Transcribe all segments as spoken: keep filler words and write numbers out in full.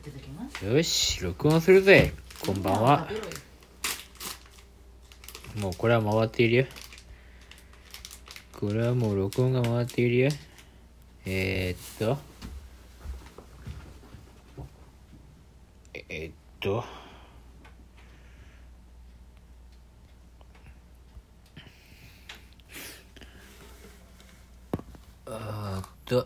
いただきます。 よし、録音するぜ。こんばんは。もうこれは回っているよ。これはもう録音が回っているよ。えー、っとえー、っとあーっと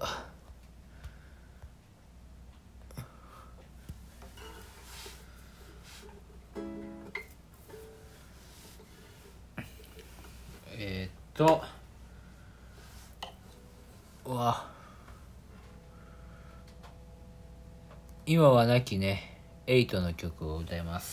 えー、っとうわ今はなきねエイトの曲を歌います。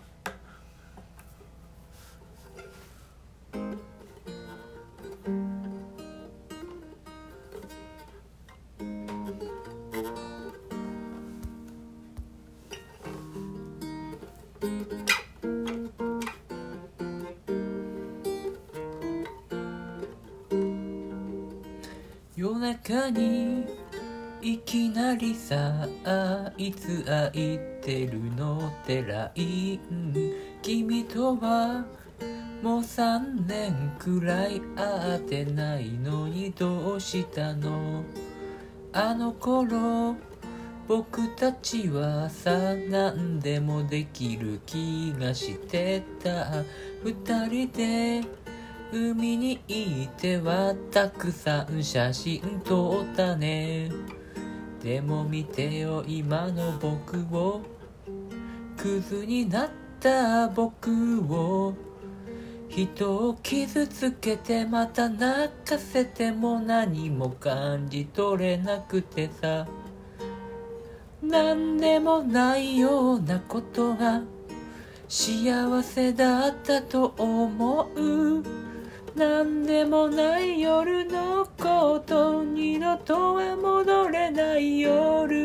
夜中にいきなりさあいつ空いてるのってライン君とはもうさんねんくらい会ってないのにどうしたのあの頃僕たちはさ何でもできる気がしてた二人で海に行ってはたくさん写真撮ったねでも見てよ今の僕をクズになった僕を人を傷つけてまた泣かせても何も感じ取れなくてさなんでもないようなことが幸せだったと思うなんでもない夜のこと二度とは戻れない夜